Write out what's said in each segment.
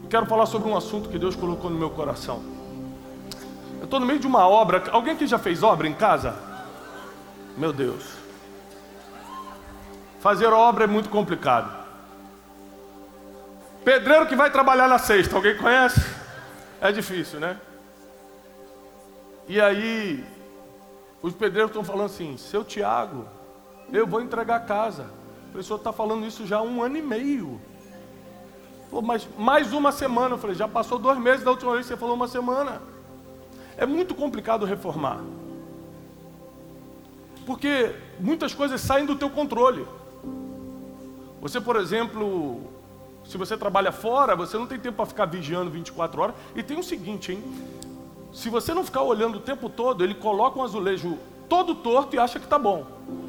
quero falar sobre um assunto que Deus colocou no meu coração. Eu estou no meio de uma obra. Alguém aqui já fez obra em casa? Meu Deus. Fazer obra é muito complicado. Pedreiro que vai trabalhar na sexta, alguém conhece? É difícil, né? E aí, os pedreiros estão falando assim: seu Tiago, eu vou entregar a casa. O professor está falando isso já há 1 ano e meio. Pô, mas mais uma semana. Eu falei: já passou 2 meses da última vez que você falou 1 semana. É muito complicado reformar, porque muitas coisas saem do teu controle. Você, por exemplo, se você trabalha fora, você não tem tempo para ficar vigiando 24 horas. E tem o seguinte, hein? Se você não ficar olhando o tempo todo, ele coloca um azulejo todo torto e acha que está bom.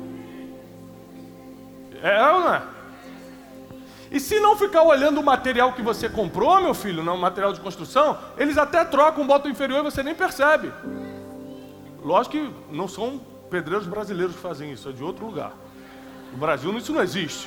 É ou não é? E se não ficar olhando o material que você comprou, meu filho, não, material de construção, eles até trocam, botam inferior e você nem percebe. Lógico que não são pedreiros brasileiros que fazem isso, é de outro lugar. No Brasil isso não existe.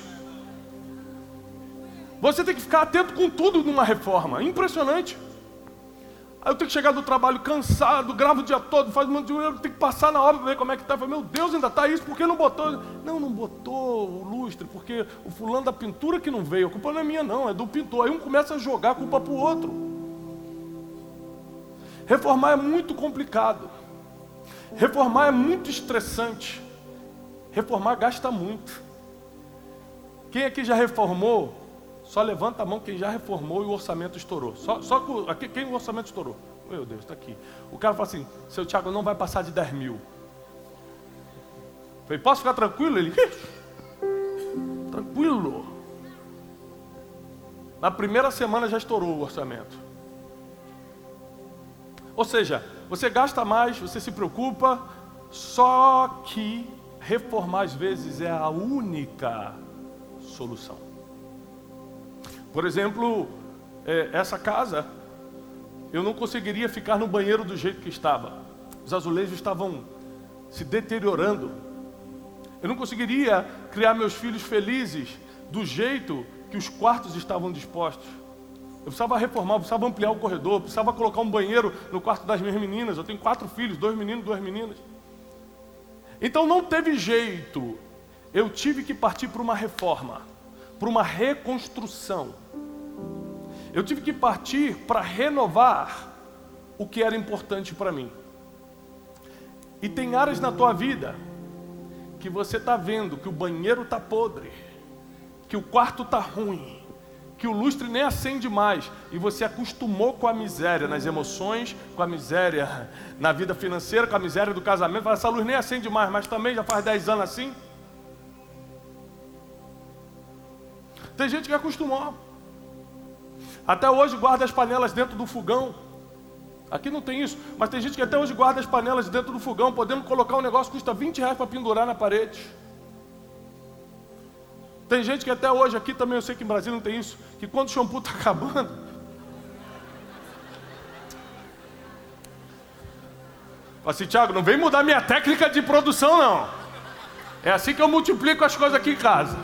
Você tem que ficar atento com tudo numa reforma, impressionante. Aí eu tenho que chegar do trabalho cansado, gravo o dia todo, faz um monte de... Eu tenho que passar na obra para ver como é que está. Eu falo: meu Deus, ainda está isso, por que não botou? Não botou o lustre, porque o fulano da pintura que não veio. A culpa não é minha não, é do pintor. Aí um começa a jogar a culpa para o outro. Reformar é muito complicado. Reformar é muito estressante. Reformar gasta muito. Quem aqui já reformou? Só levanta a mão quem já reformou e o orçamento estourou. Aqui, quem o orçamento estourou? Meu Deus, está aqui. O cara fala assim: seu Tiago, não vai passar de 10 mil. Falei: posso ficar tranquilo? Ele: tranquilo. Na primeira semana já estourou o orçamento. Ou seja, você gasta mais, você se preocupa, só que reformar às vezes é a única solução. Por exemplo, essa casa, eu não conseguiria ficar no banheiro do jeito que estava. Os azulejos estavam se deteriorando. Eu não conseguiria criar meus filhos felizes do jeito que os quartos estavam dispostos. Eu precisava reformar, eu precisava ampliar o corredor, eu precisava colocar um banheiro no quarto das minhas meninas. Eu tenho 4 filhos, 2 meninos, 2 meninas. Então não teve jeito. Eu tive que partir para uma reforma, para uma reconstrução. Eu tive que partir para renovar o que era importante para mim. E tem áreas na tua vida que você está vendo que o banheiro está podre, que o quarto está ruim, que o lustre nem acende mais, e você acostumou com a miséria nas emoções, com a miséria na vida financeira, com a miséria do casamento. Essa luz nem acende mais, mas também já faz 10 anos assim. Tem gente que acostumou. Até hoje guarda as panelas dentro do fogão. Aqui não tem isso, mas tem gente que até hoje guarda as panelas dentro do fogão, podendo colocar um negócio que custa 20 reais para pendurar na parede. Tem gente que até hoje, aqui também eu sei que em Brasília não tem isso, que quando o shampoo está acabando, fala assim: Tiago, não vem mudar minha técnica de produção não. É assim que eu multiplico as coisas aqui em casa.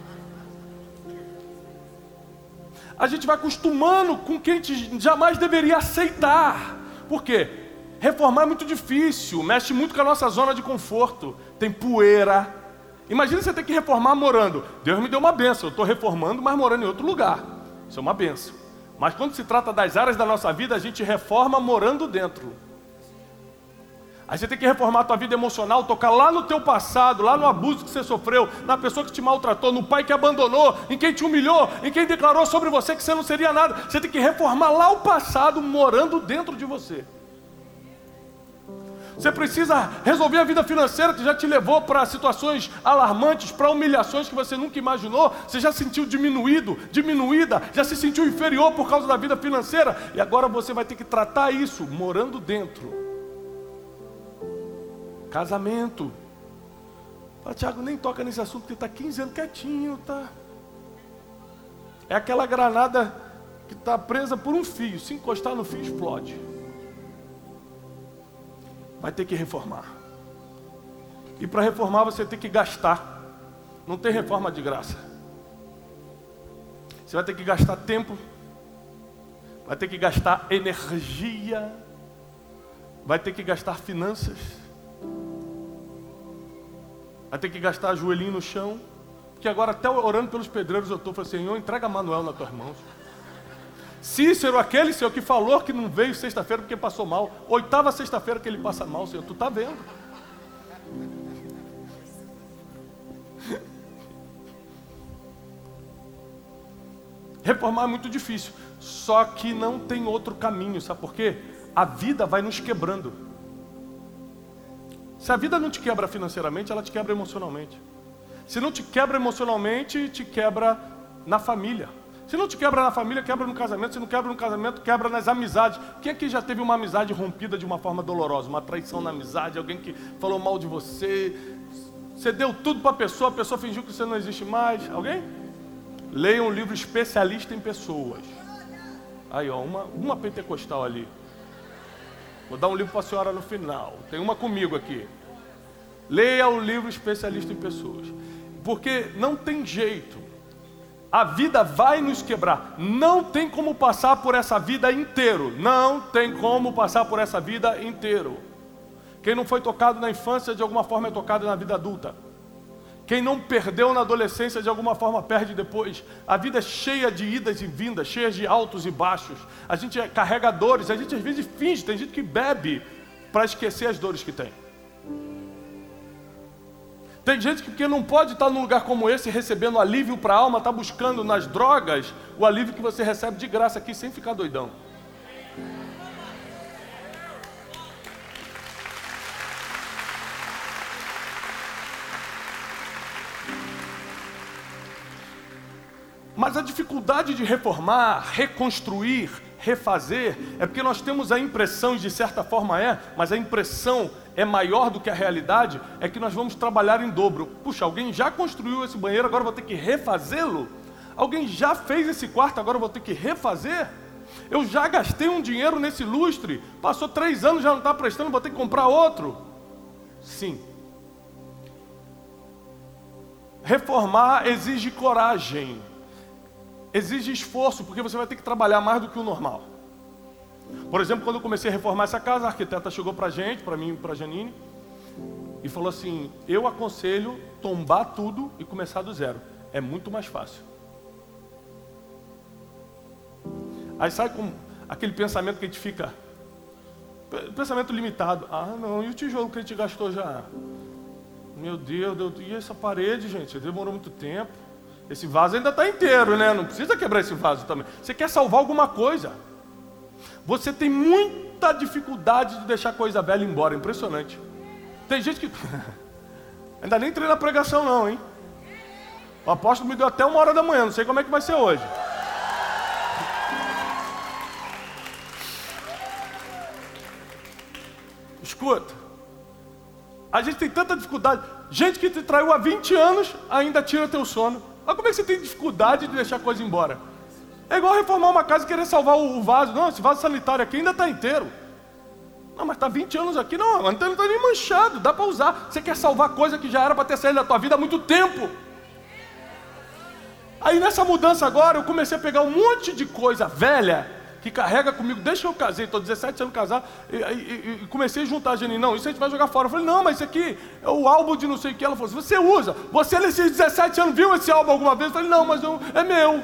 A gente vai acostumando com quem a gente jamais deveria aceitar. Por quê? Reformar é muito difícil, mexe muito com a nossa zona de conforto. Tem poeira. Imagina você ter que reformar morando. Deus me deu uma bênção, eu estou reformando, mas morando em outro lugar. Isso é uma bênção. Mas quando se trata das áreas da nossa vida, a gente reforma morando dentro. Aí você tem que reformar a tua vida emocional, tocar lá no teu passado, lá no abuso que você sofreu, na pessoa que te maltratou, no pai que abandonou, em quem te humilhou, em quem declarou sobre você que você não seria nada. Você tem que reformar lá o passado, morando dentro de você. Você precisa resolver a vida financeira que já te levou para situações alarmantes, para humilhações que você nunca imaginou. Você já se sentiu diminuído, diminuída, já se sentiu inferior por causa da vida financeira. E agora você vai ter que tratar isso morando dentro. Casamento. Fala: Tiago, nem toca nesse assunto porque está 15 anos quietinho, tá? É aquela granada que está presa por um fio. Se encostar no fio, explode. Vai ter que reformar. E para reformar você tem que gastar. Não tem reforma de graça. Você vai ter que gastar tempo. vai ter que gastar energia, vai ter que gastar finanças, vai ter que gastar joelhinho no chão, porque agora até orando pelos pedreiros eu estou falando, Senhor, entrega Manuel nas tuas mãos. Cícero, aquele Senhor que falou que não veio sexta-feira porque passou mal, 8ª sexta-feira que ele passa mal, Senhor, tu está vendo? Reformar é muito difícil, só que não tem outro caminho, sabe por quê? A vida vai nos quebrando. Se a vida não te quebra financeiramente, ela te quebra emocionalmente. Se não te quebra emocionalmente, te quebra na família. Se não te quebra na família, quebra no casamento. Se não quebra no casamento, quebra nas amizades. Quem aqui já teve uma amizade rompida de uma forma dolorosa? Uma traição na amizade, alguém que falou mal de você. Você deu tudo para a pessoa fingiu que você não existe mais. Alguém? Leia um livro especialista em pessoas. Aí, ó, uma pentecostal ali. Vou dar um livro para a senhora no final. Tem uma comigo aqui. Leia o livro especialista em pessoas. Porque não tem jeito. A vida vai nos quebrar. Não tem como passar por essa vida inteiro. Não tem como passar por essa vida inteiro. Quem não foi tocado na infância, de alguma forma é tocado na vida adulta. Quem não perdeu na adolescência, de alguma forma perde depois. A vida é cheia de idas e vindas, cheia de altos e baixos. A gente é carregadores, a gente às vezes finge, tem gente que bebe para esquecer as dores que tem. Tem gente que porque não pode estar num lugar como esse recebendo alívio para a alma, está buscando nas drogas o alívio que você recebe de graça aqui sem ficar doidão. Mas a dificuldade de reformar, reconstruir, refazer, é porque nós temos a impressão, e de certa forma mas a impressão é maior do que a realidade, é que nós vamos trabalhar em dobro. Puxa, alguém já construiu esse banheiro, agora eu vou ter que refazê-lo? Alguém já fez esse quarto, agora eu vou ter que refazer? Eu já gastei um dinheiro nesse lustre, passou 3 anos, já não está prestando, vou ter que comprar outro? Sim. Reformar exige coragem. Exige esforço, porque você vai ter que trabalhar mais do que o normal. Por exemplo, quando eu comecei a reformar essa casa, a arquiteta chegou pra gente, pra mim e pra Janine, e falou assim, eu aconselho tombar tudo e começar do zero. É muito mais fácil. Aí sai com aquele pensamento que a gente fica, pensamento limitado. Ah não, e o tijolo que a gente gastou já? Meu Deus, e essa parede, gente, demorou muito tempo. Esse vaso ainda está inteiro, né? Não precisa quebrar esse vaso também. Você quer salvar alguma coisa. Você tem muita dificuldade de deixar coisa velha embora. Impressionante. Tem gente que... ainda nem entrei na pregação não, hein? O apóstolo me deu até 1h da manhã. Não sei como é que vai ser hoje. Escuta. A gente tem tanta dificuldade. Gente que te traiu há 20 anos ainda tira teu sono. Olha como é que você tem dificuldade de deixar a coisa embora. É igual reformar uma casa e querer salvar o vaso. Não, esse vaso sanitário aqui ainda está inteiro. Não, mas está 20 anos aqui. Não, não está nem manchado, dá para usar. Você quer salvar coisa que já era para ter saído da tua vida há muito tempo. Aí nessa mudança agora, eu comecei a pegar um monte de coisa velha que carrega comigo. Desde que eu casei, estou 17 anos casado, e comecei a juntar a Janine. Não, isso a gente vai jogar fora. Eu falei, não, mas isso aqui é o álbum de não sei o que. Ela falou assim, você usa. Você nesses 17 anos viu esse álbum alguma vez? Eu falei, não, mas é meu.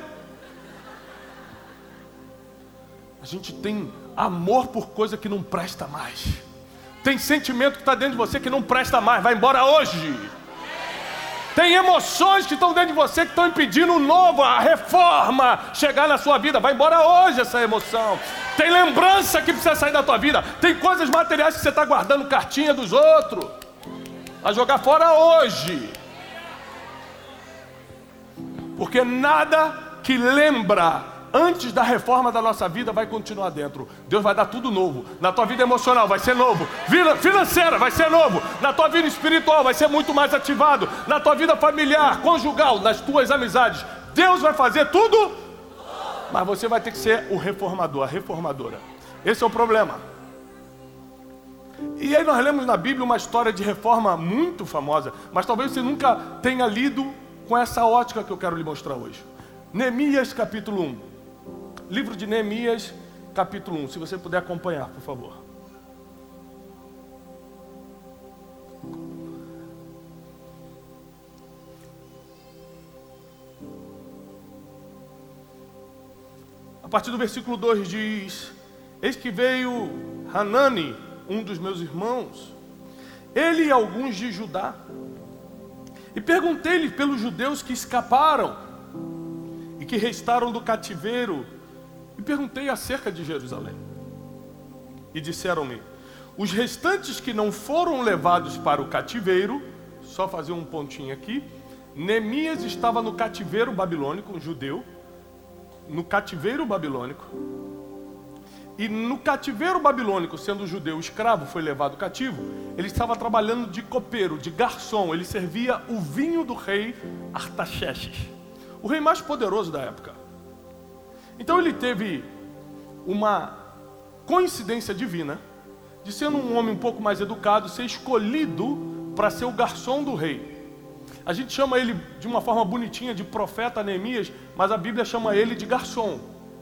A gente tem amor por coisa que não presta mais. Tem sentimento que está dentro de você que não presta mais. Vai embora hoje. Tem emoções que estão dentro de você que estão impedindo o novo, a reforma chegar na sua vida. Vai embora hoje essa emoção. Tem lembrança que precisa sair da tua vida. Tem coisas materiais que você está guardando cartinha dos outros. Vai jogar fora hoje. Porque nada que lembra antes da reforma da nossa vida vai continuar dentro. Deus vai dar tudo novo. Na tua vida emocional vai ser novo. Vida financeira vai ser novo. Na tua vida espiritual vai ser muito mais ativado. Na tua vida familiar, conjugal, nas tuas amizades. Deus vai fazer tudo. Mas você vai ter que ser o reformador, a reformadora. Esse é o problema. E aí nós lemos na Bíblia uma história de reforma muito famosa. Mas talvez você nunca tenha lido com essa ótica que eu quero lhe mostrar hoje. Neemias capítulo 1. Livro de Neemias capítulo 1, se você puder acompanhar, por favor. A partir do versículo 2 diz: eis que veio Hanani, um dos meus irmãos, ele e alguns de Judá, e perguntei-lhe pelos judeus que escaparam e que restaram do cativeiro, e perguntei acerca de Jerusalém. E disseram-me: os restantes que não foram levados para o cativeiro, só fazer um pontinho aqui, Neemias estava no cativeiro babilônico, um judeu, no cativeiro babilônico, e no cativeiro babilônico, sendo judeu escravo, foi levado cativo, ele estava trabalhando de copeiro, de garçom, ele servia o vinho do rei Artaxerxes, o rei mais poderoso da época. Então ele teve uma coincidência divina de, sendo um homem um pouco mais educado, ser escolhido para ser o garçom do rei. A gente chama ele de uma forma bonitinha de profeta Neemias, mas a Bíblia chama ele de garçom.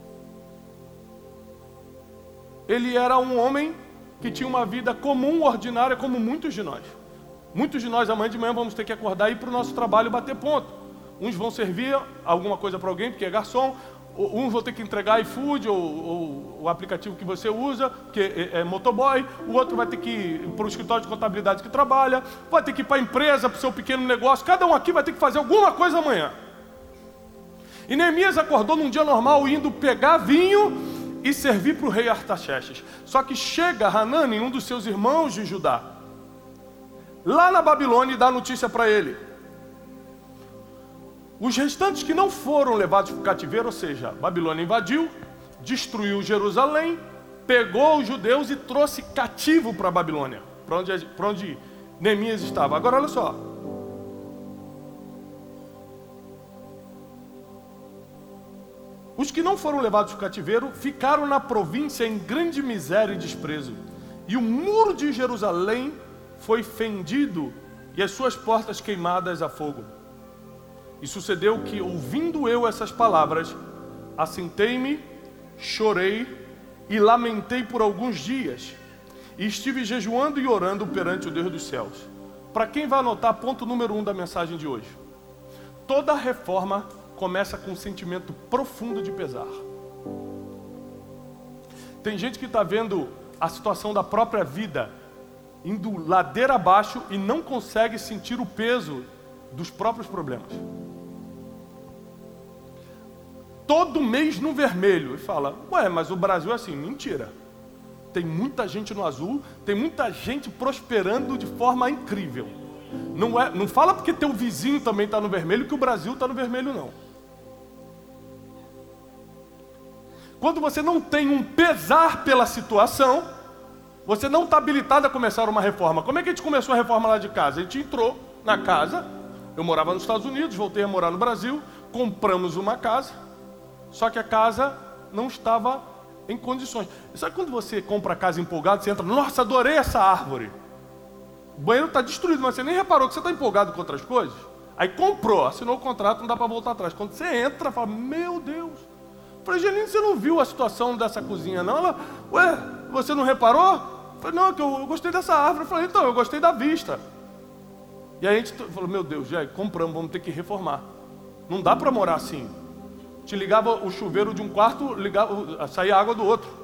Ele era um homem que tinha uma vida comum, ordinária, como muitos de nós. Muitos de nós amanhã de manhã vamos ter que acordar e ir para o nosso trabalho bater ponto. Uns vão servir alguma coisa para alguém, porque é garçom. Uns vão ter que entregar iFood ou o aplicativo que você usa, que é motoboy. O outro vai ter que ir para o escritório de contabilidade que trabalha, vai ter que ir para a empresa, para o seu pequeno negócio. Cada um aqui vai ter que fazer alguma coisa amanhã. E Neemias acordou num dia normal, indo pegar vinho e servir para o rei Artaxerxes. Só que chega Hanani, um dos seus irmãos de Judá, lá na Babilônia, e dá notícia para ele: os restantes que não foram levados para o cativeiro, ou seja, a Babilônia invadiu, destruiu Jerusalém, pegou os judeus e trouxe cativo para a Babilônia, para onde Neemias estava. Agora olha só. Os que não foram levados para o cativeiro ficaram na província em grande miséria e desprezo. E o muro de Jerusalém foi fendido e as suas portas queimadas a fogo. E sucedeu que, ouvindo eu essas palavras, assentei-me, chorei e lamentei por alguns dias. E estive jejuando e orando perante o Deus dos céus. Para quem vai anotar, ponto número 1 da mensagem de hoje. Toda reforma começa com um sentimento profundo de pesar. Tem gente que está vendo a situação da própria vida indo ladeira abaixo e não consegue sentir o peso dos próprios problemas. Todo mês no vermelho. E fala: ué, mas o Brasil é assim. Mentira. Tem muita gente no azul, tem muita gente prosperando de forma incrível. Não fala porque teu vizinho também está no vermelho que o Brasil está no vermelho, não. Quando você não tem um pesar pela situação, você não está habilitado a começar uma reforma. Como é que a gente começou a reforma lá de casa? A gente entrou na casa, eu morava nos Estados Unidos, voltei a morar no Brasil, compramos uma casa, só que a casa não estava em condições. Sabe quando você compra a casa empolgado, você entra: nossa, adorei essa árvore. O banheiro está destruído, mas você nem reparou que você está empolgado com outras coisas? Aí comprou, assinou o contrato, não dá para voltar atrás. Quando você entra, fala: meu Deus. Eu falei: Janine, você não viu a situação dessa cozinha, não? Ela: ué, você não reparou? Eu falei: não, que eu gostei dessa árvore. Eu falei: então, eu gostei da vista. E aí a gente falou: meu Deus, já compramos, vamos ter que reformar. Não dá para morar assim. Te ligava o chuveiro de um quarto, saía água do outro.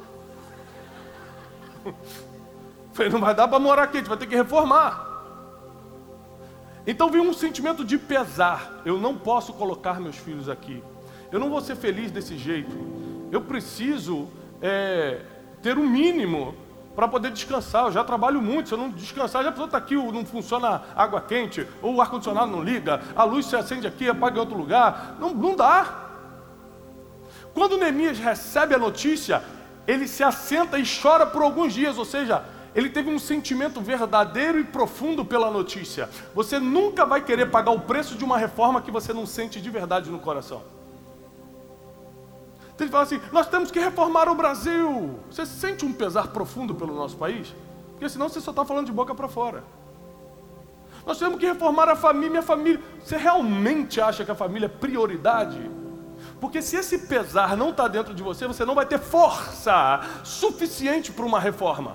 Falei: não vai dar para morar aqui, a gente vai ter que reformar. Então veio um sentimento de pesar. Eu não posso colocar meus filhos aqui. Eu não vou ser feliz desse jeito. Eu preciso ter um mínimo para poder descansar. Eu já trabalho muito. Se eu não descansar, já a pessoa está aqui, não funciona a água quente, ou o ar-condicionado não liga, a luz se acende aqui, apaga em outro lugar. Não dá. Quando Neemias recebe a notícia, ele se assenta e chora por alguns dias, ou seja, ele teve um sentimento verdadeiro e profundo pela notícia. Você nunca vai querer pagar o preço de uma reforma que você não sente de verdade no coração. Então ele fala assim: nós temos que reformar o Brasil. Você sente um pesar profundo pelo nosso país? Porque senão você só está falando de boca para fora. Nós temos que reformar a família, minha família. Você realmente acha que a família é prioridade? Porque se esse pesar não está dentro de você, você não vai ter força suficiente para uma reforma.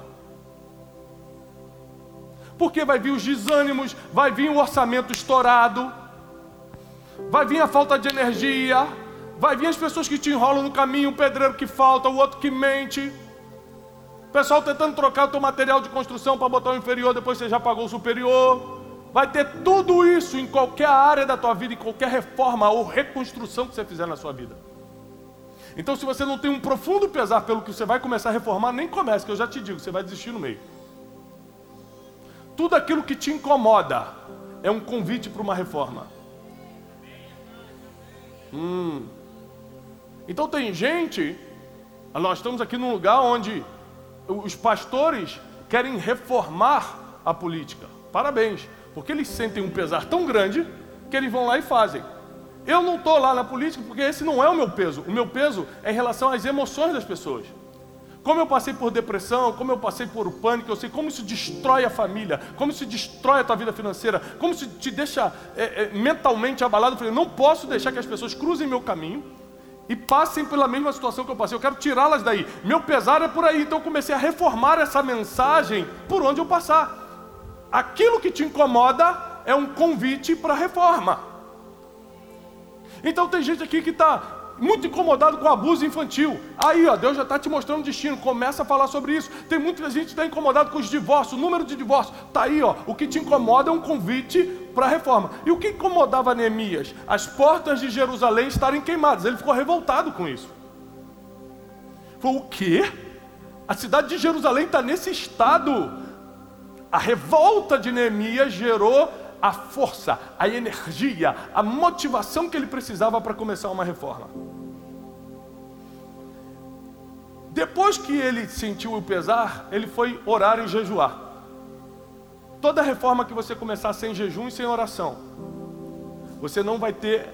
Porque vai vir os desânimos, vai vir o orçamento estourado, vai vir a falta de energia, vai vir as pessoas que te enrolam no caminho, o pedreiro que falta, o outro que mente, o pessoal tentando trocar o teu material de construção para botar o inferior, depois você já pagou o superior. Vai ter tudo isso em qualquer área da tua vida, em qualquer reforma ou reconstrução que você fizer na sua vida. Então, se você não tem um profundo pesar pelo que você vai começar a reformar, nem comece, que eu já te digo, você vai desistir no meio. Tudo aquilo que te incomoda é um convite para uma reforma. Então tem gente, nós estamos aqui num lugar onde os pastores querem reformar a política. Parabéns, porque eles sentem um pesar tão grande que eles vão lá e fazem. Eu não estou lá na política porque esse não é o meu peso. O meu peso é em relação às emoções das pessoas. Como eu passei por depressão, como eu passei por pânico, eu sei como isso destrói a família, como isso destrói a tua vida financeira, como isso te deixa mentalmente abalado. Eu falei, não posso deixar que as pessoas cruzem meu caminho e passem pela mesma situação que eu passei. Eu quero tirá-las daí. Meu pesar é por aí. Então eu comecei a reformar essa mensagem por onde eu passar. Aquilo que te incomoda é um convite para a reforma. Então tem gente aqui que está muito incomodado com o abuso infantil. Aí, ó, Deus já está te mostrando o destino. Começa a falar sobre isso. Tem muita gente que está incomodado com os divórcios, o número de divórcios. Está aí, ó. O que te incomoda é um convite para a reforma. E o que incomodava Neemias? As portas de Jerusalém estarem queimadas. Ele ficou revoltado com isso. Foi o quê? A cidade de Jerusalém está nesse estado. A revolta de Neemias gerou a força, a energia, a motivação que ele precisava para começar uma reforma. Depois que ele sentiu o pesar, ele foi orar e jejuar. Toda reforma que você começar sem jejum e sem oração, você não vai ter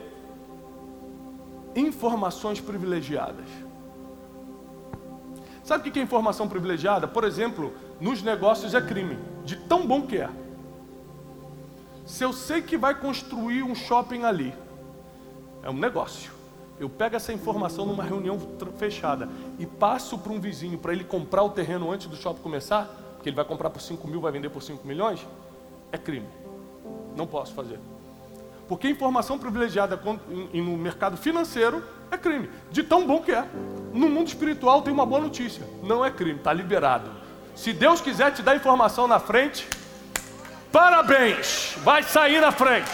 informações privilegiadas. Sabe o que é informação privilegiada? Por exemplo, nos negócios é crime, de tão bom que é. Se eu sei que vai construir um shopping ali, é um negócio. Eu pego essa informação numa reunião fechada e passo para um vizinho para ele comprar o terreno antes do shopping começar, porque ele vai comprar por 5 mil, vai vender por 5 milhões, é crime. Não posso fazer. Porque informação privilegiada no mercado financeiro é crime, de tão bom que é. No mundo espiritual tem uma boa notícia, não é crime, está liberado. Se Deus quiser te dar informação na frente, parabéns, vai sair na frente.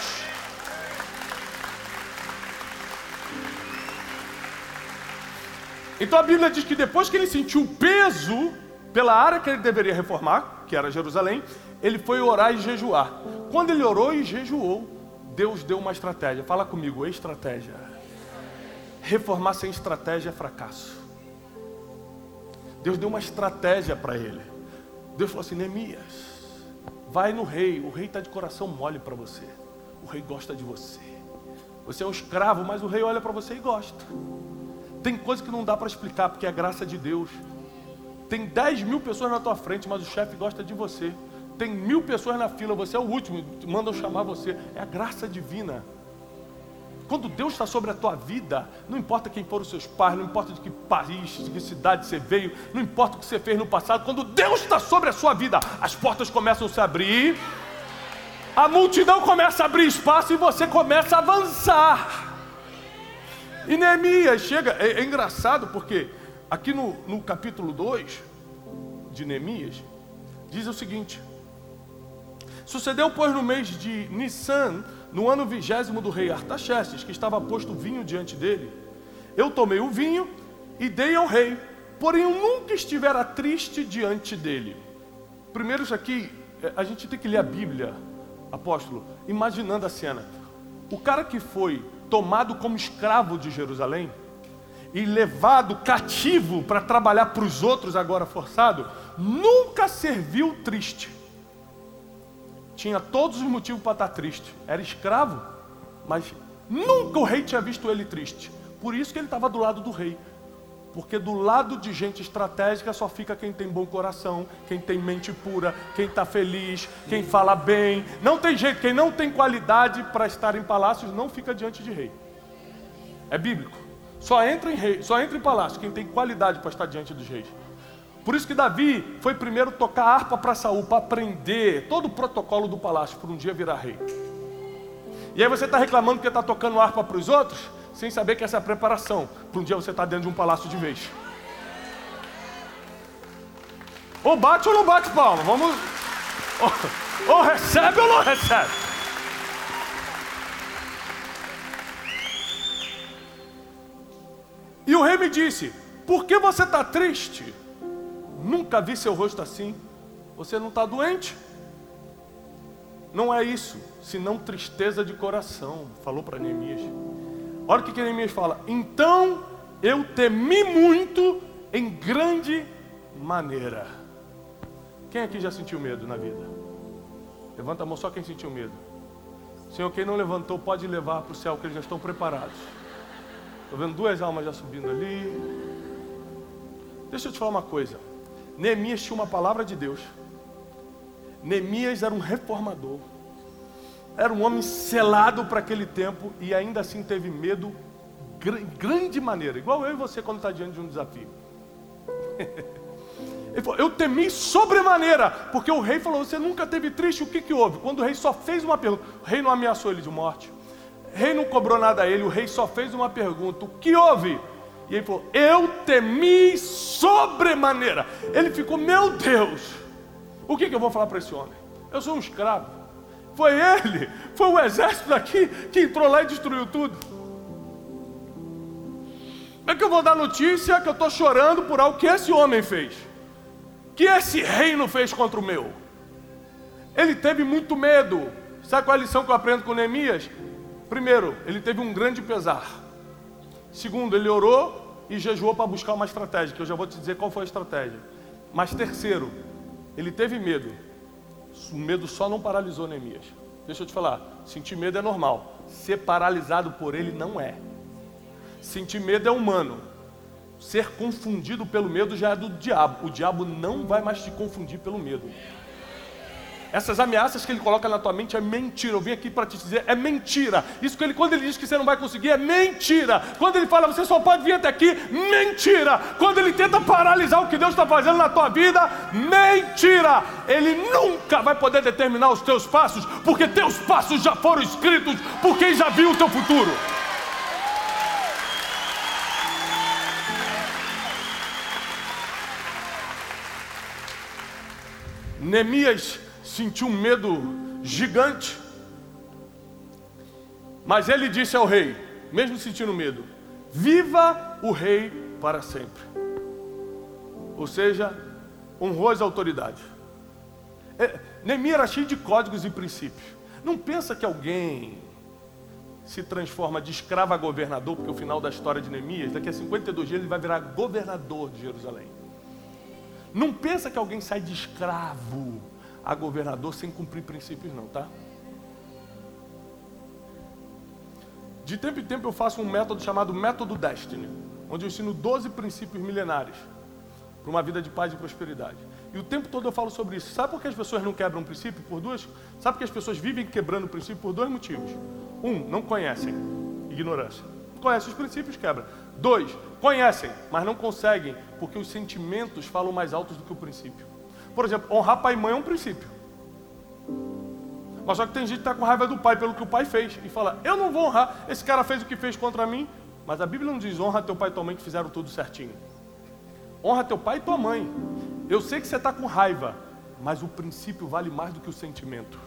Então a Bíblia diz que depois que ele sentiu o peso pela área que ele deveria reformar, que era Jerusalém, ele foi orar e jejuar. Quando ele orou e jejuou, Deus deu uma estratégia. Fala comigo, estratégia. Reformar sem estratégia é fracasso. Deus deu uma estratégia para ele. Deus falou assim, Neemias, vai no rei, o rei está de coração mole para você. O rei gosta de você. Você é um escravo, mas o rei olha para você e gosta. Tem coisa que não dá para explicar, porque é a graça de Deus. Tem 10 mil pessoas na tua frente, mas o chefe gosta de você. Tem 1000 pessoas na fila, você é o último, mandam chamar você. É a graça divina. Quando Deus está sobre a tua vida, não importa quem foram os seus pais, não importa de que país, de que cidade você veio, não importa o que você fez no passado, quando Deus está sobre a sua vida, as portas começam a se abrir, a multidão começa a abrir espaço e você começa a avançar. E Neemias chega, é engraçado porque aqui no capítulo 2 de Neemias, diz o seguinte: sucedeu, pois, no mês de Nissan, no ano 20º do rei Artaxerxes, que estava posto vinho diante dele, eu tomei o vinho e dei ao rei, porém eu nunca estivera triste diante dele. Primeiro isso aqui, a gente tem que ler a Bíblia, apóstolo, imaginando a cena. O cara que foi tomado como escravo de Jerusalém e levado cativo para trabalhar para os outros, agora forçado, nunca serviu triste. Tinha todos os motivos para estar triste. Era escravo, mas nunca o rei tinha visto ele triste. Por isso que ele estava do lado do rei. Porque do lado de gente estratégica só fica quem tem bom coração, quem tem mente pura, quem está feliz, quem fala bem. Não tem jeito, quem não tem qualidade para estar em palácios não fica diante de rei. É bíblico. Só entra em palácio quem tem qualidade para estar diante dos reis. Por isso que Davi foi primeiro tocar harpa para Saul, para aprender todo o protocolo do palácio, para um dia virar rei. E aí você está reclamando que está tocando harpa para os outros, sem saber que essa é a preparação, para um dia você estar dentro de um palácio de vez. Ou bate ou não bate palma, vamos... Ou recebe ou não recebe. E o rei me disse, por que você está triste? Nunca vi seu rosto assim. Você não está doente? Não é isso, senão tristeza de coração, falou para Neemias. Olha o que Neemias fala. Então eu temi muito em grande maneira. Quem aqui já sentiu medo na vida? Levanta a mão só quem sentiu medo. Senhor, quem não levantou pode levar para o céu, que eles já estão preparados. Estou vendo 2 almas já subindo ali. Deixa eu te falar uma coisa. Neemias tinha uma palavra de Deus. Neemias era um reformador. Era um homem selado para aquele tempo e ainda assim teve medo grande maneira. Igual eu e você quando está diante de um desafio. Ele falou, eu temi sobremaneira, porque o rei falou, você nunca teve triste, o que houve? Quando o rei só fez uma pergunta, o rei não ameaçou ele de morte. O rei não cobrou nada a ele, o rei só fez uma pergunta, o que houve? E ele falou, eu temi sobremaneira. Ele ficou, meu Deus, o que eu vou falar para esse homem? Eu sou um escravo. Foi ele, foi o exército daqui que entrou lá e destruiu tudo. É que eu vou dar notícia que eu estou chorando por algo que esse homem fez, que esse reino fez contra o meu. Ele teve muito medo. Sabe qual é a lição que eu aprendo com Neemias? Primeiro, ele teve um grande pesar. Segundo, ele orou e jejuou para buscar uma estratégia, que eu já vou te dizer qual foi a estratégia. Mas terceiro, ele teve medo. O medo só não paralisou Neemias. Deixa eu te falar, sentir medo é normal. Ser paralisado por ele não é. Sentir medo é humano. Ser confundido pelo medo já é do diabo. O diabo não vai mais te confundir pelo medo. Essas ameaças que ele coloca na tua mente é mentira. Eu vim aqui para te dizer, é mentira. Isso que ele, quando ele diz que você não vai conseguir, é mentira. Quando ele fala, você só pode vir até aqui, mentira. Quando ele tenta paralisar o que Deus está fazendo na tua vida, mentira. Ele nunca vai poder determinar os teus passos, porque teus passos já foram escritos por quem já viu o teu futuro. Neemias sentiu um medo gigante, mas ele disse ao rei, mesmo sentindo medo, viva o rei para sempre. Ou seja, honrou as autoridades. Neemias era cheio de códigos e princípios. Não pensa que alguém se transforma de escravo a governador, porque o final da história de Neemias, daqui a 52 dias ele vai virar governador de Jerusalém. Não pensa que alguém sai de escravo a governador sem cumprir princípios não, tá? De tempo em tempo eu faço um método chamado Método Destiny, onde eu ensino 12 princípios milenares para uma vida de paz e prosperidade. E o tempo todo eu falo sobre isso. Sabe por que as pessoas não quebram um princípio? Sabe por que as pessoas vivem quebrando o princípio? Por 2 motivos. 1, não conhecem, ignorância. Conhecem os princípios, quebra. 2, conhecem, mas não conseguem, porque os sentimentos falam mais altos do que o princípio. Por exemplo, honrar pai e mãe é um princípio. Mas só que tem gente que está com raiva do pai pelo que o pai fez e fala, eu não vou honrar, esse cara fez o que fez contra mim. Mas a Bíblia não diz, honra teu pai e tua mãe que fizeram tudo certinho. Honra teu pai e tua mãe. Eu sei que você está com raiva, mas o princípio vale mais do que o sentimento.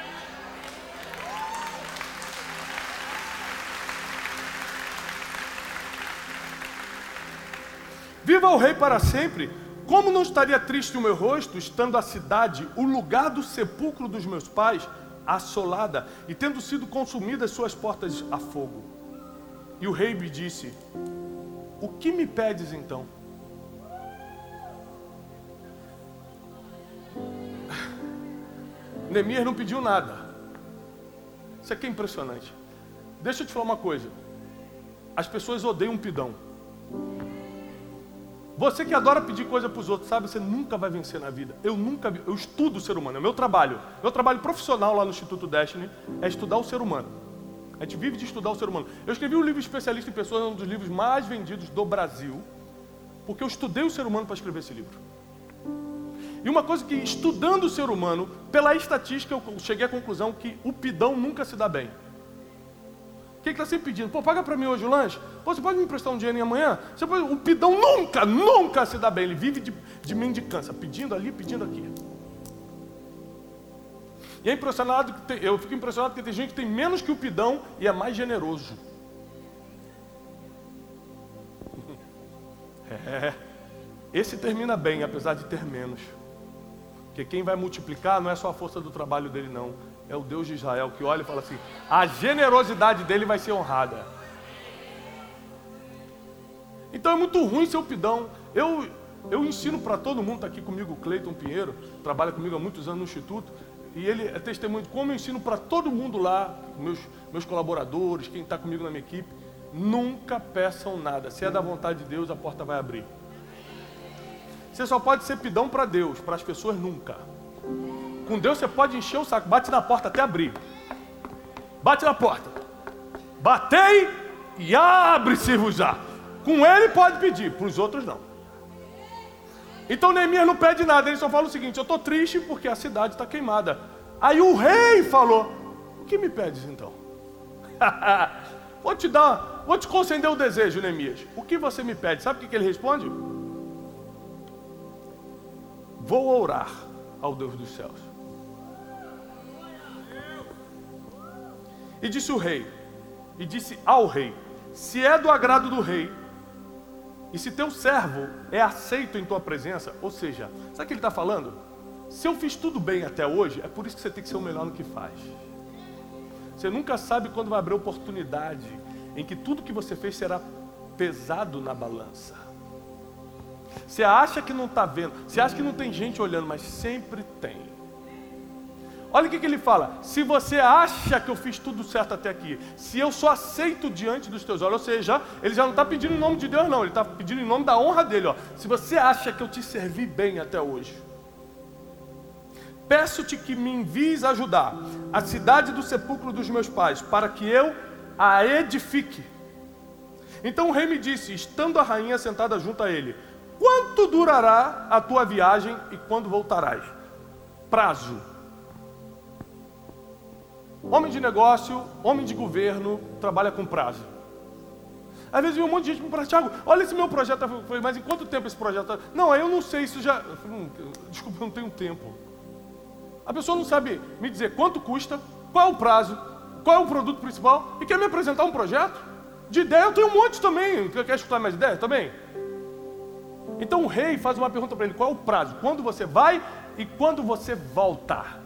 Viva o rei para sempre. Como não estaria triste o meu rosto, estando a cidade, o lugar do sepulcro dos meus pais, assolada, e tendo sido consumidas suas portas a fogo? E o rei me disse, o que me pedes então? Neemias não pediu nada. Isso aqui é impressionante. Deixa eu te falar uma coisa. As pessoas odeiam um pidão. Você que adora pedir coisa para os outros, sabe, você nunca vai vencer na vida. Eu estudo o ser humano, é meu trabalho. Meu trabalho profissional lá no Instituto Destiny é estudar o ser humano. A gente vive de estudar o ser humano. Eu escrevi um livro especialista em pessoas, um dos livros mais vendidos do Brasil, porque eu estudei o ser humano para escrever esse livro. E uma coisa que, estudando o ser humano, pela estatística, eu cheguei à conclusão que o pidão nunca se dá bem. Quem está sempre pedindo? Pô, paga para mim hoje o lanche? Pô, você pode me emprestar um dinheiro amanhã? O pidão nunca se dá bem. Ele vive de mendicância, pedindo ali, pedindo aqui. E é impressionado, eu fico impressionado porque tem gente que tem menos que o pidão e é mais generoso. Esse termina bem, apesar de ter menos. Porque quem vai multiplicar não é só a força do trabalho dele, não. É o Deus de Israel que olha e fala assim, a generosidade dele vai ser honrada. Então é muito ruim ser o pidão. Eu ensino para todo mundo, está aqui comigo o Cleiton Pinheiro, trabalha comigo há muitos anos no Instituto, e ele é testemunho de como eu ensino para todo mundo lá, meus colaboradores, quem está comigo na minha equipe, nunca peçam nada. Se é da vontade de Deus, a porta vai abrir. Você só pode ser pidão para Deus, para as pessoas nunca. Com Deus você pode encher o saco, bate na porta até abrir. Bate na porta. Batei e abre-se-vos-á. Com ele pode pedir, para os outros não. Então Neemias não pede nada, ele só fala o seguinte, eu estou triste porque a cidade está queimada. Aí o rei falou, o que me pedes então? Vou te conceder o desejo, Neemias. O que você me pede? Sabe o que ele responde? Vou orar ao Deus dos céus. E disse ao rei, se é do agrado do rei, e se teu servo é aceito em tua presença, ou seja, sabe o que ele está falando? Se eu fiz tudo bem até hoje, é por isso que você tem que ser o melhor no que faz. Você nunca sabe quando vai abrir oportunidade em que tudo que você fez será pesado na balança. Você acha que não está vendo, você acha que não tem gente olhando, mas sempre tem. Olha o que ele fala, se você acha que eu fiz tudo certo até aqui, se eu sou aceito diante dos teus olhos, ou seja, ele já não está pedindo em nome de Deus não, ele está pedindo em nome da honra dele, ó. Se você acha que eu te servi bem até hoje, peço-te que me envies ajudar a cidade do sepulcro dos meus pais, para que eu a edifique. Então o rei me disse, estando a rainha sentada junto a ele, quanto durará a tua viagem e quando voltarás? Prazo. Homem de negócio, homem de governo, trabalha com prazo. Às vezes vem um monte de gente me fala, Thiago, olha esse meu projeto. Eu falei, mas em quanto tempo esse projeto está? Não, eu não sei, isso já... Eu falei, desculpa, eu não tenho tempo. A pessoa não sabe me dizer quanto custa, qual é o prazo, qual é o produto principal e quer me apresentar um projeto? De ideia eu tenho um monte também. Quer escutar mais ideias também? Então o rei faz uma pergunta para ele, qual é o prazo? Quando você vai e quando você volta?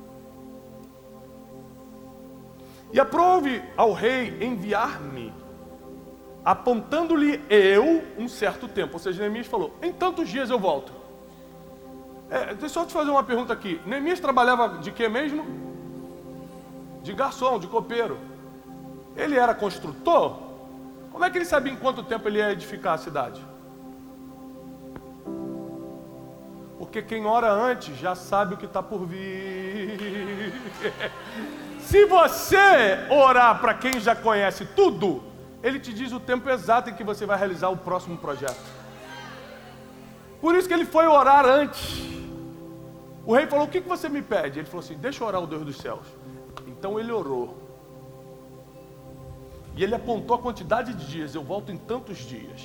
E aprove ao rei enviar-me, apontando-lhe eu um certo tempo. Ou seja, Neemias falou, em tantos dias eu volto. Deixa eu só te fazer uma pergunta aqui. Neemias trabalhava de quê mesmo? De garçom, de copeiro. Ele era construtor? Como é que ele sabia em quanto tempo ele ia edificar a cidade? Porque quem ora antes já sabe o que está por vir. Se você orar para quem já conhece tudo, ele te diz o tempo exato em que você vai realizar o próximo projeto. Por isso que ele foi orar antes. O rei falou, o que você me pede? Ele falou assim, deixa eu orar ao Deus dos céus. Então ele orou. E ele apontou a quantidade de dias, eu volto em tantos dias.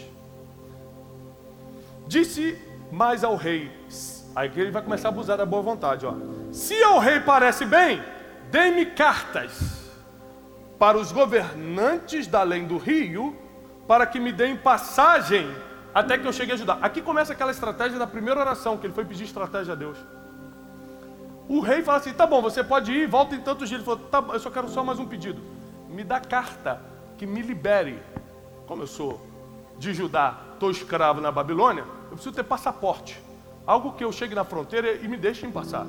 Disse mais ao rei, aí que ele vai começar a abusar da boa vontade, ó. Se ao rei parece bem, dê-me cartas para os governantes da além do rio, para que me deem passagem até que eu chegue a ajudar. Aqui começa aquela estratégia da primeira oração, que ele foi pedir estratégia a Deus. O rei fala assim, tá bom, você pode ir, volta em tantos dias. Ele falou, tá, eu só quero só mais um pedido. Me dá carta que me libere. Como eu sou de Judá, estou escravo na Babilônia, eu preciso ter passaporte. Algo que eu chegue na fronteira e me deixem passar.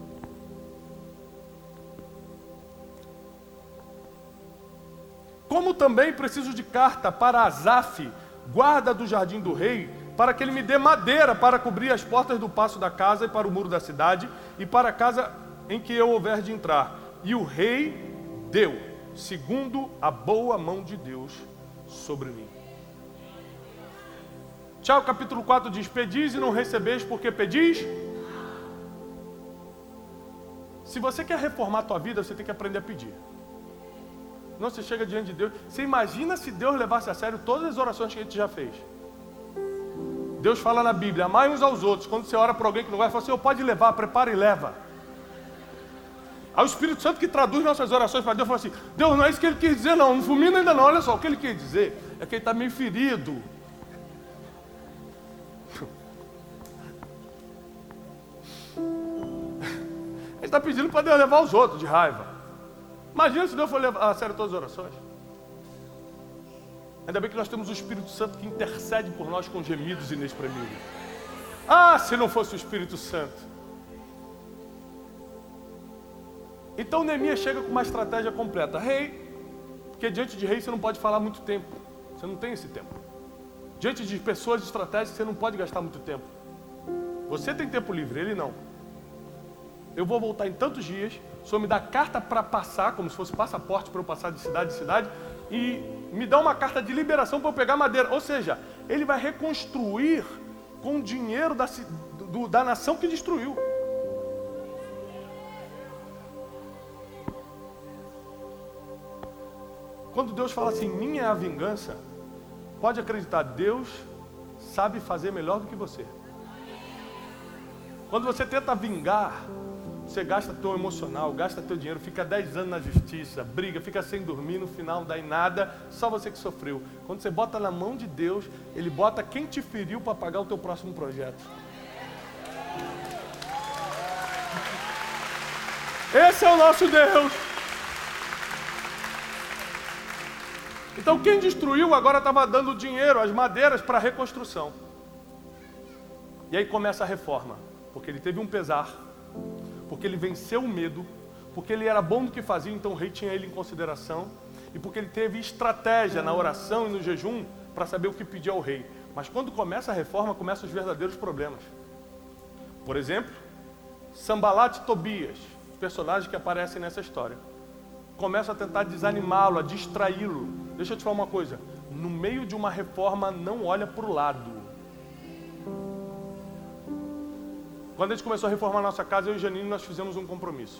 Como também preciso de carta para Asaf, guarda do jardim do rei, para que ele me dê madeira para cobrir as portas do paço da casa e para o muro da cidade e para a casa em que eu houver de entrar. E o rei deu. segundo a boa mão de Deus sobre mim. Tiago capítulo 4 diz: pedis e não recebeis porque pedis. Se você quer reformar a tua vida, você tem que aprender a pedir. Não, você chega diante de Deus. Você imagina se Deus levasse a sério todas as orações que a gente já fez. Deus fala na Bíblia: amai uns aos outros. Quando você ora para alguém que não vai, fala: Senhor, pode levar, prepara e leva. Aí o Espírito Santo que traduz nossas orações para Deus fala assim: Deus, não é isso que ele quis dizer, não fulmina ainda não. Olha só, o que ele quer dizer é que ele está meio ferido. Ele está pedindo para Deus levar os outros de raiva. Imagina se Deus for levar a sério todas as orações. Ainda bem que nós temos o Espírito Santo que intercede por nós com gemidos inexprimíveis. Ah, se não fosse o Espírito Santo. Então Neemias chega com uma estratégia completa. Rei, porque diante de rei você não pode falar muito tempo. Você não tem esse tempo. Diante de pessoas estratégicas você não pode gastar muito tempo. Você tem tempo livre, ele não. Eu vou voltar em tantos dias, o senhor me dá carta para passar, como se fosse passaporte para eu passar de cidade em cidade, e me dá uma carta de liberação para eu pegar madeira. Ou seja, ele vai reconstruir com o dinheiro da nação que destruiu. Quando Deus fala assim, minha é a vingança, pode acreditar, Deus sabe fazer melhor do que você. Quando você tenta vingar, você gasta teu emocional, gasta teu dinheiro, fica 10 anos na justiça, briga, fica sem dormir, no final não dá em nada, só você que sofreu. Quando você bota na mão de Deus, Ele bota quem te feriu para pagar o teu próximo projeto. Esse é o nosso Deus. Então quem destruiu agora estava dando dinheiro, as madeiras para a reconstrução. E aí começa a reforma, porque ele teve um pesar, porque ele venceu o medo, porque ele era bom no que fazia, então o rei tinha ele em consideração, e porque ele teve estratégia na oração e no jejum para saber o que pedir ao rei. Mas quando começa a reforma, começam os verdadeiros problemas. Por exemplo, Sanbalat e Tobias, personagens que aparecem nessa história, começam a tentar desanimá-lo, a distraí-lo. Deixa eu te falar uma coisa, no meio de uma reforma não olha para o lado. Quando a gente começou a reformar a nossa casa, eu e Janine, nós fizemos um compromisso.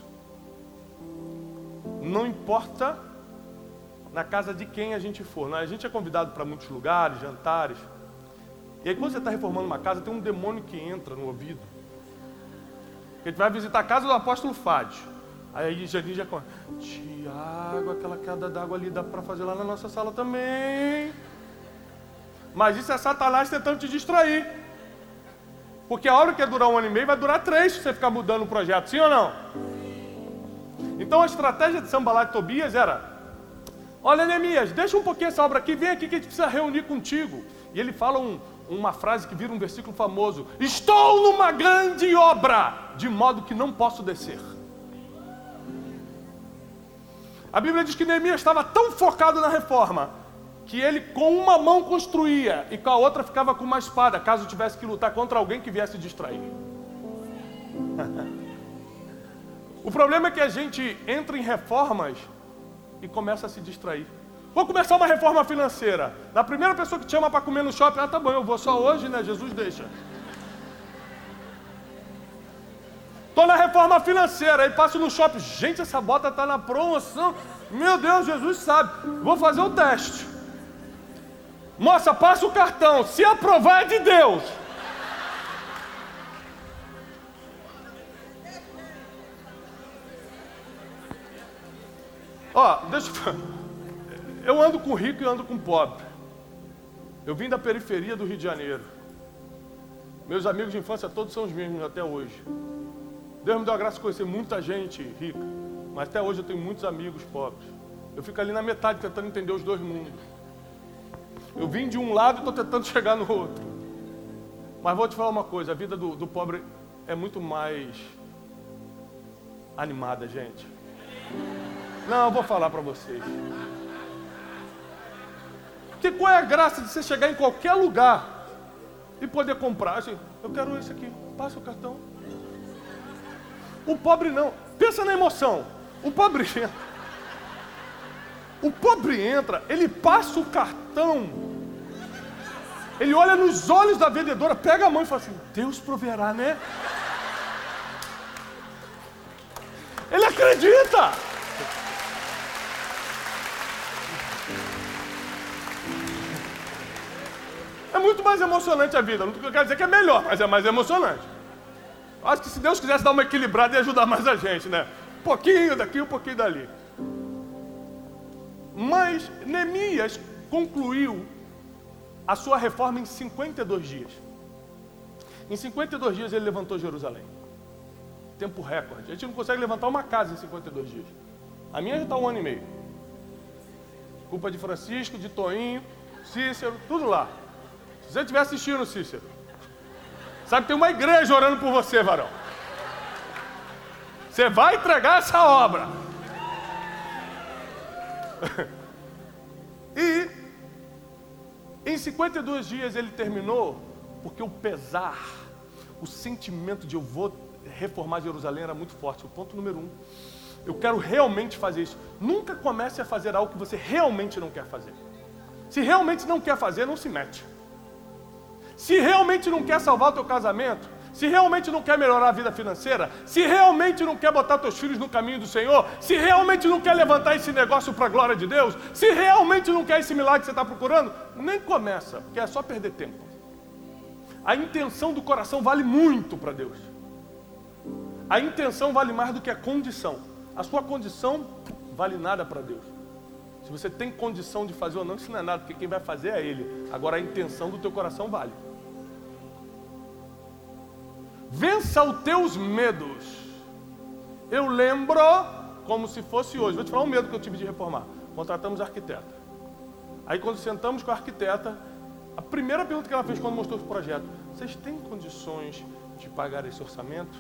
Não importa na casa de quem a gente for. A gente é convidado para muitos lugares, jantares. E aí quando você está reformando uma casa, tem um demônio que entra no ouvido. A gente vai visitar a casa do apóstolo Fádio. Aí Janine já conta, Tiago, aquela queda d'água ali dá para fazer lá na nossa sala também. Mas isso é Satanás tentando te distrair. Porque a obra que ia durar 1 ano e meio vai durar 3 se você ficar mudando o projeto, sim ou não? Então a estratégia de Sanbalat e Tobias era: olha, Neemias, deixa um pouquinho essa obra aqui, vem aqui que a gente precisa reunir contigo. E ele fala uma frase que vira um versículo famoso: estou numa grande obra, de modo que não posso descer. A Bíblia diz que Neemias estava tão focado na reforma, que ele com uma mão construía e com a outra ficava com uma espada, caso tivesse que lutar contra alguém que viesse distrair. O problema é que a gente entra em reformas e começa a se distrair. Vou começar uma reforma financeira. Na primeira pessoa que te chama para comer no shopping, tá bom, eu vou só hoje, né? Jesus deixa. Estou na reforma financeira, aí passo no shopping, gente, essa bota está na promoção. Meu Deus, Jesus sabe. Vou fazer o teste. Moça, passa o cartão. Se aprovar, é de Deus. Ó, deixa eu falar. Eu ando com rico e ando com pobre. Eu vim da periferia do Rio de Janeiro. Meus amigos de infância todos são os mesmos até hoje. Deus me deu a graça de conhecer muita gente rica. Mas até hoje eu tenho muitos amigos pobres. Eu fico ali na metade tentando entender os dois mundos. Eu vim de um lado e estou tentando chegar no outro. Mas vou te falar uma coisa, a vida do pobre é muito mais animada, gente. Não, eu vou falar para vocês. Porque qual é a graça de você chegar em qualquer lugar e poder comprar? Assim, eu quero esse aqui, passa o cartão. O pobre não. Pensa na emoção. O pobre... O pobre entra, ele passa o cartão, ele olha nos olhos da vendedora, pega a mão e fala assim, Deus proverá, né? Ele acredita! É muito mais emocionante a vida, não quero dizer que é melhor, mas é mais emocionante. Acho que se Deus quisesse dar uma equilibrada, ia ajudar mais a gente, né? Um pouquinho daqui, um pouquinho dali. Mas Neemias concluiu a sua reforma em 52 dias. Em 52 dias ele levantou Jerusalém. Tempo recorde. A gente não consegue levantar uma casa em 52 dias. A minha já está 1 ano e meio. Culpa de Francisco, de Toinho, Cícero, tudo lá. Se você estiver assistindo, Cícero, sabe que tem uma igreja orando por você, varão. Você vai entregar essa obra. E em 52 dias ele terminou, porque o pesar, o sentimento de eu vou reformar Jerusalém era muito forte. O ponto número 1, eu quero realmente fazer isso. Nunca comece a fazer algo que você realmente não quer fazer. Se realmente não quer fazer, não se mete. Se realmente não quer salvar o teu casamento, se realmente não quer melhorar a vida financeira, se realmente não quer botar teus filhos no caminho do Senhor, se realmente não quer levantar esse negócio para a glória de Deus, se realmente não quer esse milagre que você está procurando, nem começa, porque é só perder tempo. A intenção do coração vale muito para Deus. A intenção vale mais do que a condição. A sua condição vale nada para Deus. Se você tem condição de fazer ou não, isso não é nada, porque quem vai fazer é Ele. Agora a intenção do teu coração vale. Vença os teus medos. Eu lembro como se fosse hoje. Vou te falar um medo que eu tive de reformar. Contratamos arquiteta. Aí quando sentamos com a arquiteta, a primeira pergunta que ela fez quando mostrou o projeto: vocês têm condições de pagar esse orçamento?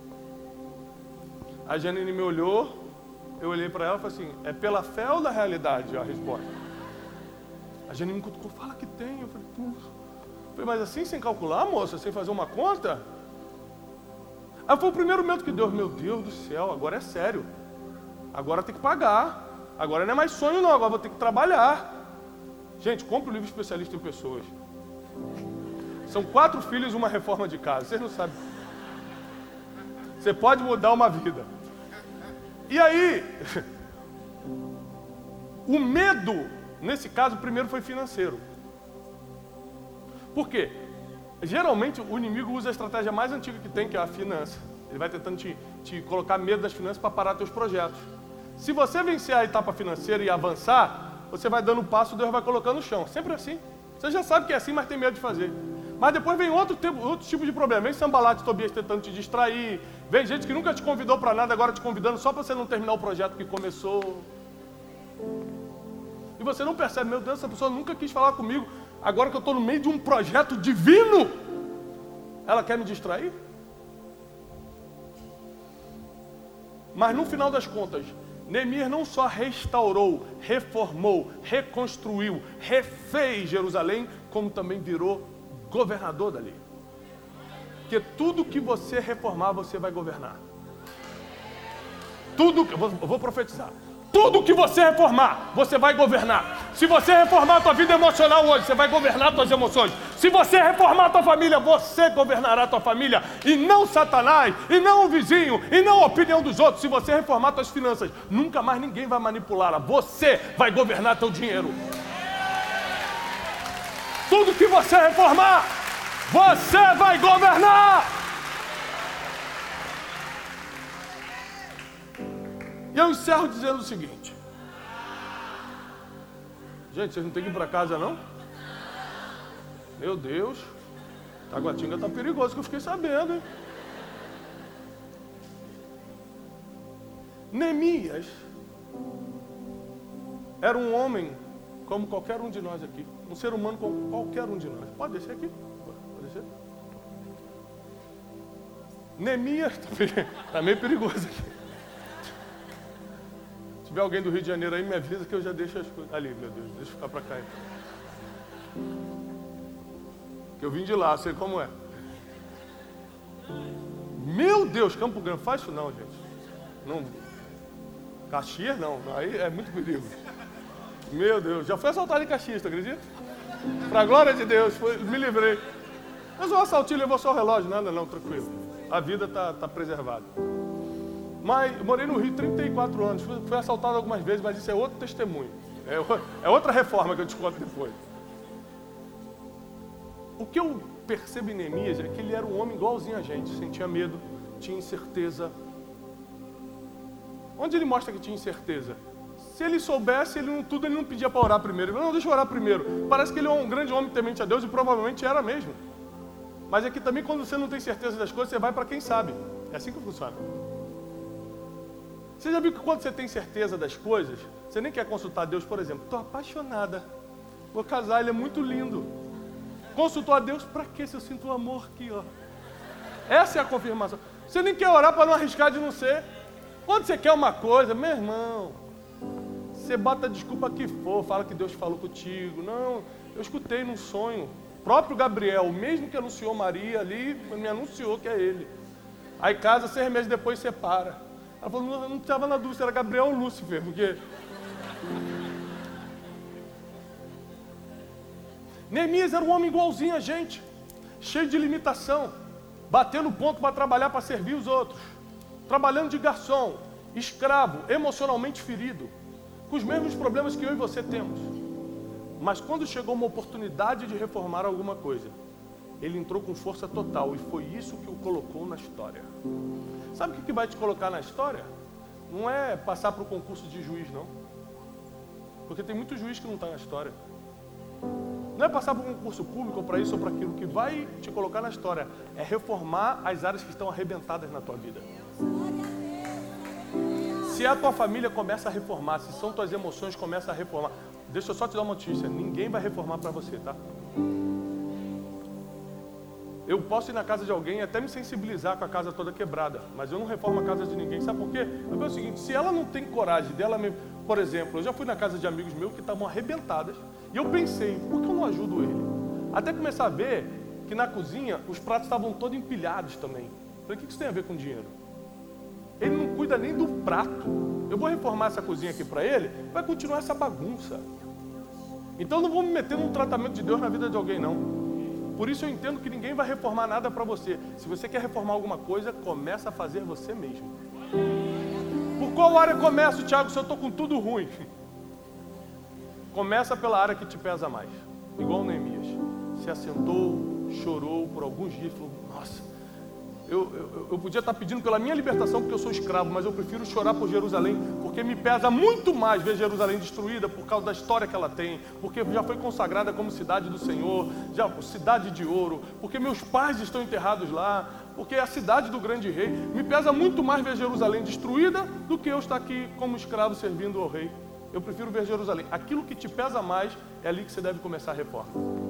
A Janine me olhou, eu olhei para ela e falei assim: é pela fé ou da realidade a resposta? A Janine me cutucou, fala que tem. Eu falei, puxa. Mas assim, sem calcular, moça, sem fazer uma conta? Aí foi o primeiro medo que deu. Meu Deus do céu, agora é sério. Agora tem que pagar. Agora não é mais sonho não, agora vou ter que trabalhar. Gente, compre o livro Especialista em Pessoas. São 4 filhos e uma reforma de casa. Vocês não sabem. Você pode mudar uma vida. E aí, o medo, nesse caso, primeiro foi financeiro. Por quê? Geralmente o inimigo usa a estratégia mais antiga que tem, que é a finança. Ele vai tentando te colocar medo das finanças para parar teus projetos. Se você vencer a etapa financeira e avançar, você vai dando um passo, Deus vai colocando no chão. Sempre assim. Você já sabe que é assim, mas tem medo de fazer. Mas depois vem outro tipo de problema. Vem Sambalat e Tobias tentando te distrair. Vem gente que nunca te convidou para nada, agora te convidando só para você não terminar o projeto que começou. E você não percebe, meu Deus, essa pessoa nunca quis falar comigo. Agora que eu estou no meio de um projeto divino, ela quer me distrair? Mas no final das contas, Neemias não só restaurou, reformou, reconstruiu, refez Jerusalém, como também virou governador dali. Porque tudo que você reformar, você vai governar. Tudo, eu vou profetizar. Tudo que você reformar, você vai governar. Se você reformar a tua vida emocional hoje, você vai governar as tuas emoções. Se você reformar a tua família, você governará a tua família. E não Satanás, e não o vizinho, e não a opinião dos outros. Se você reformar as tuas finanças, nunca mais ninguém vai manipulá-la. Você vai governar teu dinheiro. Tudo que você reformar, você vai governar. E eu encerro dizendo o seguinte. Gente, vocês não têm que ir para casa, não? Meu Deus. Taguatinga tá perigoso, que eu fiquei sabendo, hein? Neemias era um homem como qualquer um de nós aqui. Um ser humano como qualquer um de nós. Pode descer aqui? Pode descer? Neemias tá meio perigoso aqui. Se tiver alguém do Rio de Janeiro aí, me avisa que eu já deixo as coisas. Ali, meu Deus, deixa eu ficar para cá. Que eu vim de lá, sei como é. Meu Deus, Campo Grande, faz isso não, gente. Não. Caxias não, aí é muito perigo. Meu Deus, já fui assaltado em Caxias, tu acredita? Pra glória de Deus, me livrei. Mas um assaltinho levou só o relógio, nada não, tranquilo. A vida tá preservada. Mas morei no Rio 34 anos, fui assaltado algumas vezes, mas isso é outro testemunho. É outra reforma que eu te conto depois. O que eu percebo em Neemias é que ele era um homem igualzinho a gente, sentia medo, tinha incerteza. Onde ele mostra que tinha incerteza? Se ele soubesse, ele não pedia para orar primeiro. Ele não, deixa eu orar primeiro. Parece que ele é um grande homem temente a Deus e provavelmente era mesmo. Mas é que também quando você não tem certeza das coisas, você vai para quem sabe. É assim que funciona. Você já viu que quando você tem certeza das coisas, você nem quer consultar Deus, por exemplo. Estou apaixonada. Vou casar, ele é muito lindo. Consultou a Deus, para quê se eu sinto o amor aqui, ó? Essa é a confirmação. Você nem quer orar para não arriscar de não ser. Quando você quer uma coisa, meu irmão, você bota a desculpa que for, fala que Deus falou contigo. Não, eu escutei num sonho. O próprio Gabriel, o mesmo que anunciou Maria ali, me anunciou que é ele. Aí casa, 6 meses depois separa. Ela falou, não estava na dúvida se era Gabriel ou Lúcifer, porque... Neemias era um homem igualzinho a gente, cheio de limitação, batendo ponto para trabalhar, para servir os outros, trabalhando de garçom, escravo, emocionalmente ferido, com os mesmos problemas que eu e você temos. Mas quando chegou uma oportunidade de reformar alguma coisa, ele entrou com força total e foi isso que o colocou na história. Sabe o que vai te colocar na história? Não é passar para o concurso de juiz, não. Porque tem muito juiz que não está na história. Não é passar por um concurso público ou para isso ou para aquilo. Que vai te colocar na história é reformar as áreas que estão arrebentadas na tua vida. Se a tua família começa a reformar, se são tuas emoções começam a reformar, deixa eu só te dar uma notícia, ninguém vai reformar para você, tá? Eu posso ir na casa de alguém e até me sensibilizar com a casa toda quebrada, mas eu não reformo a casa de ninguém. Sabe por quê? Porque é o seguinte, se ela não tem coragem dela mesmo... Por exemplo, eu já fui na casa de amigos meus que estavam arrebentadas e eu pensei, por que eu não ajudo ele? Até começar a ver que na cozinha os pratos estavam todos empilhados também. Falei, o que isso tem a ver com dinheiro? Ele não cuida nem do prato. Eu vou reformar essa cozinha aqui para ele, vai continuar essa bagunça. Então eu não vou me meter num tratamento de Deus na vida de alguém, não. Por isso eu entendo que ninguém vai reformar nada para você. Se você quer reformar alguma coisa, começa a fazer você mesmo. Por qual área começo, Thiago, se eu estou com tudo ruim? Começa pela área que te pesa mais. Igual o Neemias. Se assentou, chorou por alguns dias, falou, nossa, eu podia estar pedindo pela minha libertação porque eu sou escravo, mas eu prefiro chorar por Jerusalém, porque me pesa muito mais ver Jerusalém destruída por causa da história que ela tem, porque já foi consagrada como cidade do Senhor, já cidade de ouro, porque meus pais estão enterrados lá, porque é a cidade do grande rei. Me pesa muito mais ver Jerusalém destruída do que eu estar aqui como escravo servindo ao rei. Eu prefiro ver Jerusalém. Aquilo que te pesa mais é ali que você deve começar a reforma.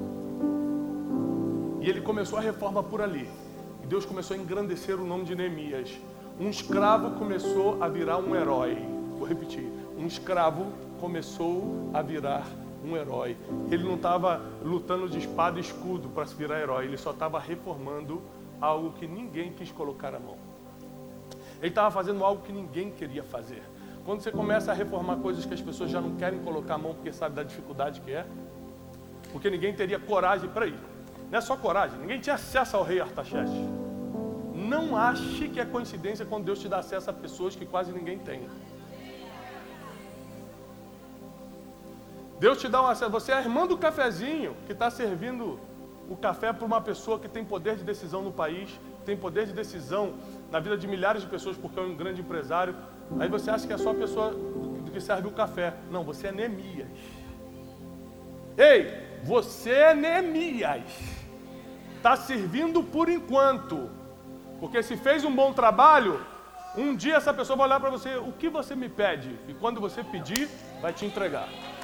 E ele começou a reforma por ali. E Deus começou a engrandecer o nome de Neemias. Um escravo começou a virar um herói. Vou repetir. Um escravo começou a virar um herói. Ele não estava lutando de espada e escudo para se virar herói. Ele só estava reformando algo que ninguém quis colocar a mão. Ele estava fazendo algo que ninguém queria fazer. Quando você começa a reformar coisas que as pessoas já não querem colocar a mão porque sabe da dificuldade que é, porque ninguém teria coragem para ir. Não é só coragem, ninguém tinha acesso ao rei Artaxerxes. Não ache que é coincidência quando Deus te dá acesso a pessoas que quase ninguém tem. Deus te dá um acesso, você é a irmã do cafezinho que está servindo o café para uma pessoa que tem poder de decisão no país, tem poder de decisão na vida de milhares de pessoas porque é um grande empresário. Aí você acha que é só a pessoa que serve o café. Não, você é Neemias. Ei, você é Neemias. Está servindo por enquanto. Porque se fez um bom trabalho, um dia essa pessoa vai olhar para você, o que você me pede? E quando você pedir, vai te entregar.